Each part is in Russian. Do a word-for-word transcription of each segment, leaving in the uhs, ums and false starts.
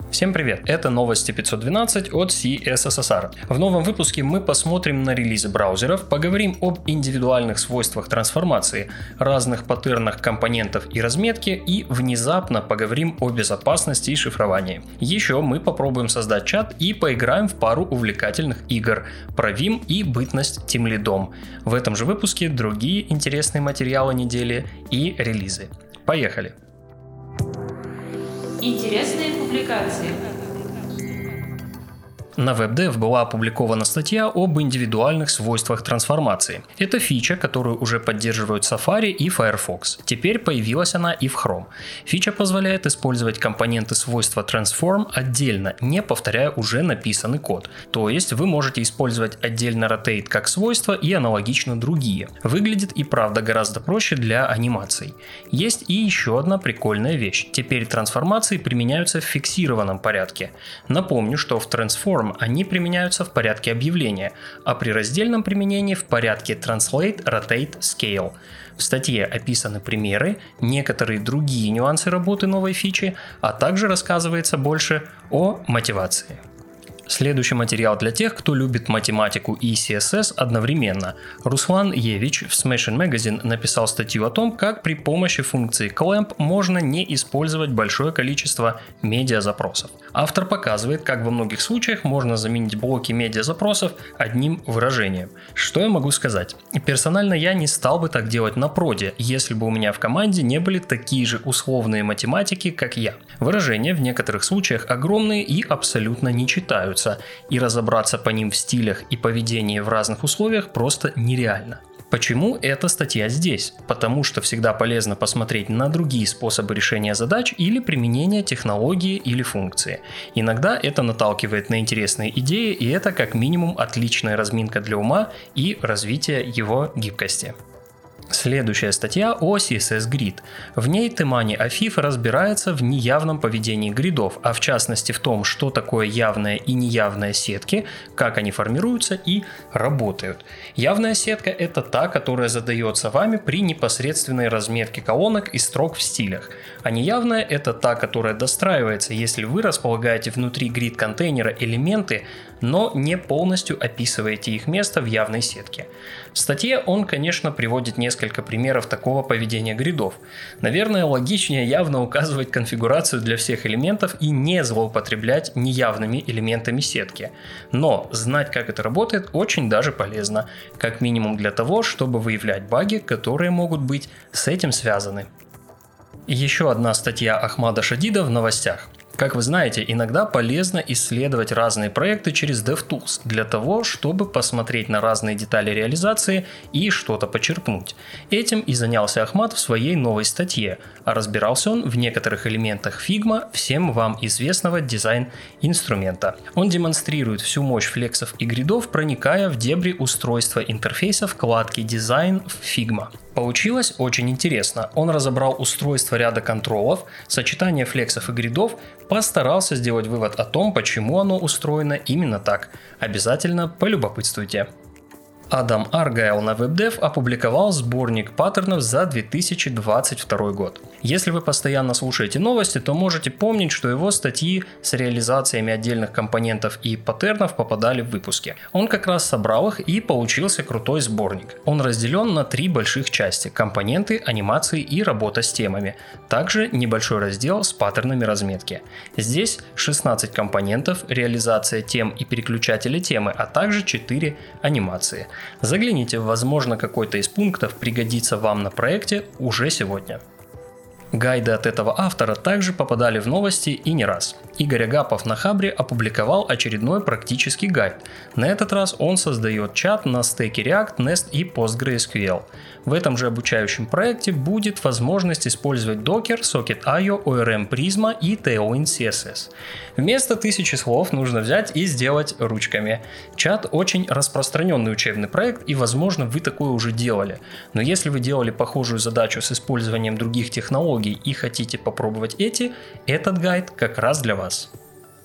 Всем привет, это новости пятьсот двенадцать от си эс эс эс ар. В новом выпуске мы посмотрим на релизы браузеров, поговорим об индивидуальных свойствах трансформации, разных паттернах компонентов и разметки и внезапно поговорим о безопасности и шифровании. Еще мы попробуем создать чат и поиграем в пару увлекательных игр про Vim и бытность тимлидом. В этом же выпуске другие интересные материалы недели и релизы. Поехали! Интересные публикации. На WebDev была опубликована статья об индивидуальных свойствах трансформации. Это фича, которую уже поддерживают Safari и Firefox. Теперь появилась она и в Chrome. Фича позволяет использовать компоненты свойства Transform отдельно, не повторяя уже написанный код. То есть вы можете использовать отдельно Rotate как свойство и аналогично другие. Выглядит и правда гораздо проще для анимаций. Есть и еще одна прикольная вещь. Теперь трансформации применяются в фиксированном порядке. Напомню, что в Transform они применяются в порядке объявления, а при раздельном применении в порядке Translate, Rotate, Scale. В статье описаны примеры, некоторые другие нюансы работы новой фичи, а также рассказывается больше о мотивации. Следующий материал для тех, кто любит математику и си эс эс одновременно. Руслан Евич в Smashing Magazine написал статью о том, как при помощи функции clamp можно не использовать большое количество медиазапросов. Автор показывает, как во многих случаях можно заменить блоки медиазапросов одним выражением. Что я могу сказать? Персонально я не стал бы так делать на проде, если бы у меня в команде не были такие же условные математики, как я. Выражения в некоторых случаях огромные и абсолютно не читаются, и разобраться по ним в стилях и поведении в разных условиях просто нереально. Почему эта статья здесь? Потому что всегда полезно посмотреть на другие способы решения задач или применения технологии или функции. Иногда это наталкивает на интересные идеи, и это как минимум отличная разминка для ума и развитие его гибкости. Следующая статья о си эс эс Grid. В ней Темани Афиф разбирается в неявном поведении гридов, а в частности в том, что такое явная и неявная сетки, как они формируются и работают. Явная сетка – это та, которая задается вами при непосредственной разметке колонок и строк в стилях, а неявная – это та, которая достраивается, если вы располагаете внутри грид-контейнера элементы, но не полностью описываете их место в явной сетке. В статье он, конечно, приводит несколько примеров такого поведения гридов. Наверное, логичнее явно указывать конфигурацию для всех элементов и не злоупотреблять неявными элементами сетки. Но знать, как это работает, очень даже полезно, как минимум для того, чтобы выявлять баги, которые могут быть с этим связаны. Еще одна статья Ахмада Шадида в новостях. Как вы знаете, иногда полезно исследовать разные проекты через DevTools для того, чтобы посмотреть на разные детали реализации и что-то почерпнуть. Этим и занялся Ахмад в своей новой статье, а разбирался он в некоторых элементах Figma, всем вам известного дизайн-инструмента. Он демонстрирует всю мощь флексов и гридов, проникая в дебри устройства интерфейса вкладки «Дизайн» в Figma. Получилось очень интересно. Он разобрал устройство ряда контролов, сочетание флексов и гридов, постарался сделать вывод о том, почему оно устроено именно так. Обязательно полюбопытствуйте. Адам Аргайл на WebDev опубликовал сборник паттернов за две тысячи двадцать второй год. Если вы постоянно слушаете новости, то можете помнить, что его статьи с реализациями отдельных компонентов и паттернов попадали в выпуски. Он как раз собрал их и получился крутой сборник. Он разделен на три больших части: компоненты, анимации и работа с темами. Также небольшой раздел с паттернами разметки. Здесь шестнадцать компонентов, реализация тем и переключатели темы, а также четыре анимации. Загляните, возможно, какой-то из пунктов пригодится вам на проекте уже сегодня. Гайды от этого автора также попадали в новости и не раз. Игорь Агапов на Хабре опубликовал очередной практический гайд. На этот раз он создает чат на стеке React, Nest и PostgreSQL. В этом же обучающем проекте будет возможность использовать Docker, Socket.io, о эр эм Prisma и Tailwind си эс эс. Вместо тысячи слов нужно взять и сделать ручками. Чат очень распространенный учебный проект, и возможно вы такое уже делали. Но если вы делали похожую задачу с использованием других технологий и хотите попробовать эти, этот гайд как раз для вас.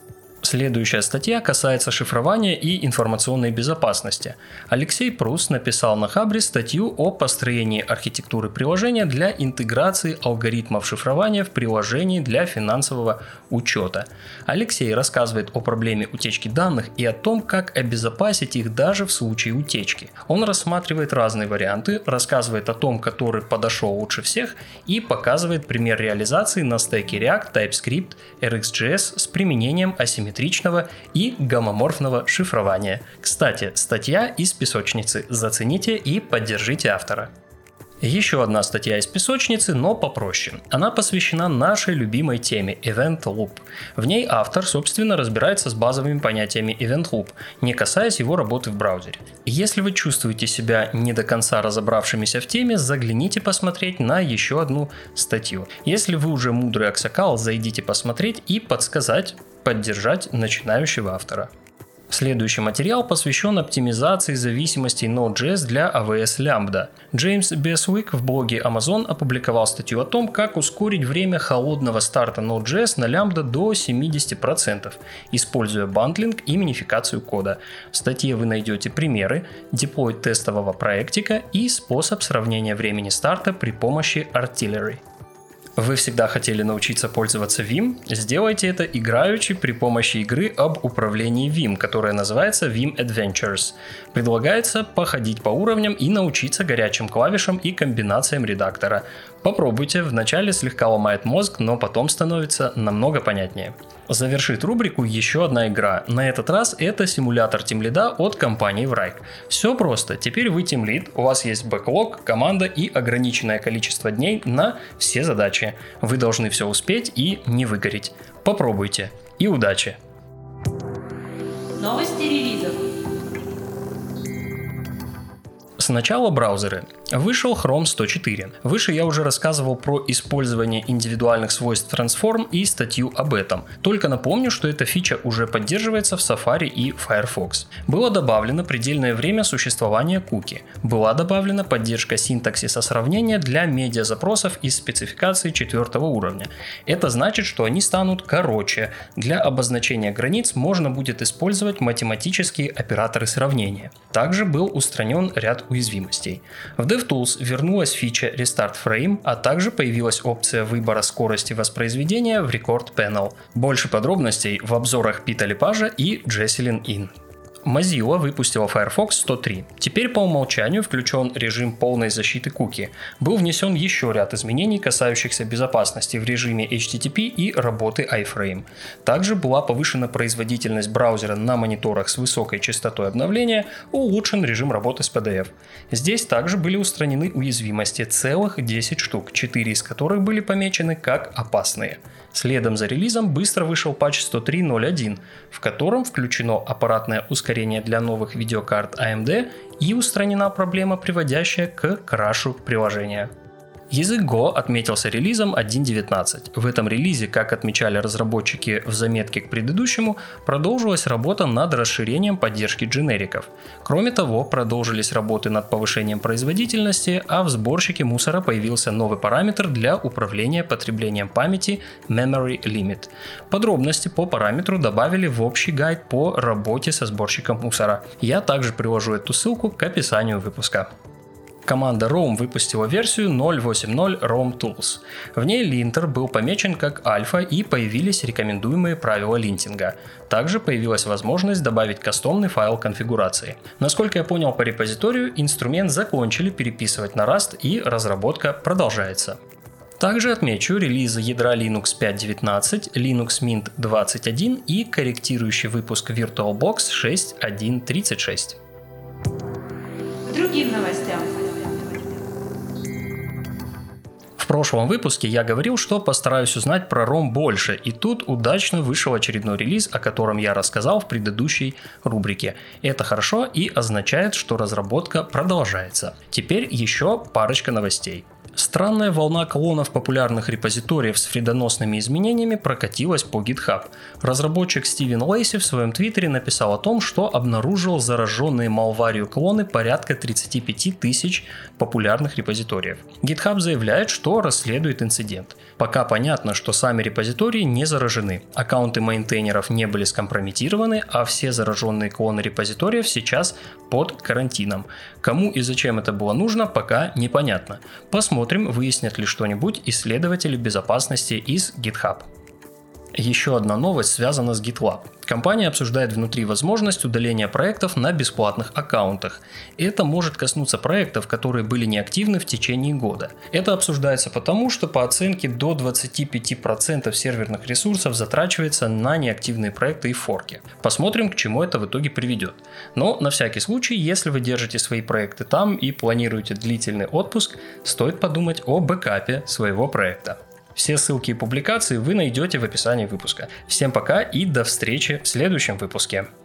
Следующая статья касается шифрования и информационной безопасности. Алексей Прус написал на Хабре статью о построении архитектуры приложения для интеграции алгоритмов шифрования в приложении для финансового учета. Алексей рассказывает о проблеме утечки данных и о том, как обезопасить их даже в случае утечки. Он рассматривает разные варианты, рассказывает о том, который подошел лучше всех, и показывает пример реализации на стеке React, TypeScript, эр икс джей эс с применением асимметричного и гомоморфного шифрования. Кстати, статья из песочницы. Зацените и поддержите автора. Еще одна статья из песочницы, но попроще. Она посвящена нашей любимой теме Event Loop. В ней автор, собственно, разбирается с базовыми понятиями Event Loop, не касаясь его работы в браузере. Если вы чувствуете себя не до конца разобравшимися в теме, загляните посмотреть на еще одну статью. Если вы уже мудрый аксакал, зайдите посмотреть и подсказать, поддержать начинающего автора. Следующий материал посвящен оптимизации зависимостей Node.js для эй ви эс Lambda. Джеймс Бесвик в блоге Amazon опубликовал статью о том, как ускорить время холодного старта Node.js на Lambda до семьдесят процентов, используя бандлинг и минификацию кода. В статье вы найдете примеры, деплой тестового проектика и способ сравнения времени старта при помощи Artillery. Вы всегда хотели научиться пользоваться Vim? Сделайте это играючи при помощи игры об управлении Vim, которая называется Vim Adventures. Предлагается походить по уровням и научиться горячим клавишам и комбинациям редактора. Попробуйте, вначале слегка ломает мозг, но потом становится намного понятнее. Завершит рубрику еще одна игра. На этот раз это симулятор тимлида от компании Wrike. Все просто. Теперь вы тимлид, у вас есть бэклог, команда и ограниченное количество дней на все задачи. Вы должны все успеть и не выгореть. Попробуйте. И удачи! Новости релизов. Сначала браузеры. Вышел Chrome сто четыре. Выше я уже рассказывал про использование индивидуальных свойств Transform и статью об этом. Только напомню, что эта фича уже поддерживается в Safari и Firefox. Было добавлено предельное время существования куки. Была добавлена поддержка синтаксиса сравнения для медиазапросов из спецификации четвертого уровня. Это значит, что они станут короче. Для обозначения границ можно будет использовать математические операторы сравнения. Также был устранен ряд уязвимостей. В DevTools вернулась фича Restart Frame, а также появилась опция выбора скорости воспроизведения в Record Panel. Больше подробностей в обзорах Пита Лепажа и Jesselyn Ин. Mozilla выпустила Firefox сто три. Теперь по умолчанию включен режим полной защиты куки. Был внесен еще ряд изменений, касающихся безопасности в режиме эйч ти ти пи и работы iFrame. Также была повышена производительность браузера на мониторах с высокой частотой обновления, улучшен режим работы с пи ди эф. Здесь также были устранены уязвимости, целых десять штук, четыре из которых были помечены как опасные. Следом за релизом быстро вышел патч сто три ноль один, в котором включено аппаратное ускорение для новых видеокарт эй эм ди и устранена проблема, приводящая к крашу приложения. Язык Go отметился релизом один точка девятнадцать. В этом релизе, как отмечали разработчики в заметке к предыдущему, продолжилась работа над расширением поддержки дженериков. Кроме того, продолжились работы над повышением производительности, а в сборщике мусора появился новый параметр для управления потреблением памяти Memory Limit. Подробности по параметру добавили в общий гайд по работе со сборщиком мусора. Я также приложу эту ссылку к описанию выпуска. Команда Roam выпустила версию ноль точка восемь точка ноль Roam Tools. В ней линтер был помечен как альфа и появились рекомендуемые правила линтинга. Также появилась возможность добавить кастомный файл конфигурации. Насколько я понял по репозиторию, инструмент закончили переписывать на Rust и разработка продолжается. Также отмечу релизы ядра Linux пять точка девятнадцать, Linux Mint двадцать один и корректирующий выпуск VirtualBox шесть точка один точка тридцать шесть. К другим новостям. В прошлом выпуске я говорил, что постараюсь узнать про Roam больше, и тут удачно вышел очередной релиз, о котором я рассказал в предыдущей рубрике. Это хорошо и означает, что разработка продолжается. Теперь еще парочка новостей. Странная волна клонов популярных репозиториев с вредоносными изменениями прокатилась по GitHub. Разработчик Стивен Лейси в своем твиттере написал о том, что обнаружил зараженные малварию клоны порядка тридцать пять тысяч популярных репозиториев. GitHub заявляет, что расследует инцидент. Пока понятно, что сами репозитории не заражены, аккаунты мейнтейнеров не были скомпрометированы, а все зараженные клоны репозиториев сейчас под карантином. Кому и зачем это было нужно, пока непонятно. Посмотрим, выяснят ли что-нибудь исследователи безопасности из GitHub. Еще одна новость связана с GitLab. Компания обсуждает внутри возможность удаления проектов на бесплатных аккаунтах. Это может коснуться проектов, которые были неактивны в течение года. Это обсуждается потому, что по оценке до двадцать пять процентов серверных ресурсов затрачивается на неактивные проекты и форки. Посмотрим, к чему это в итоге приведет. Но на всякий случай, если вы держите свои проекты там и планируете длительный отпуск, стоит подумать о бэкапе своего проекта. Все ссылки и публикации вы найдете в описании выпуска. Всем пока и до встречи в следующем выпуске.